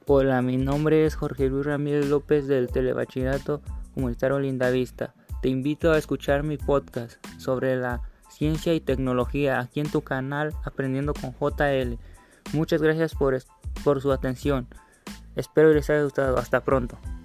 Hola, mi nombre es Jorge Luis Ramírez López del Telebachillerato Comunitario Lindavista. Te invito a escuchar mi podcast sobre la ciencia y tecnología aquí en tu canal Aprendiendo con JL. Muchas gracias por su atención. Espero les haya gustado. Hasta pronto.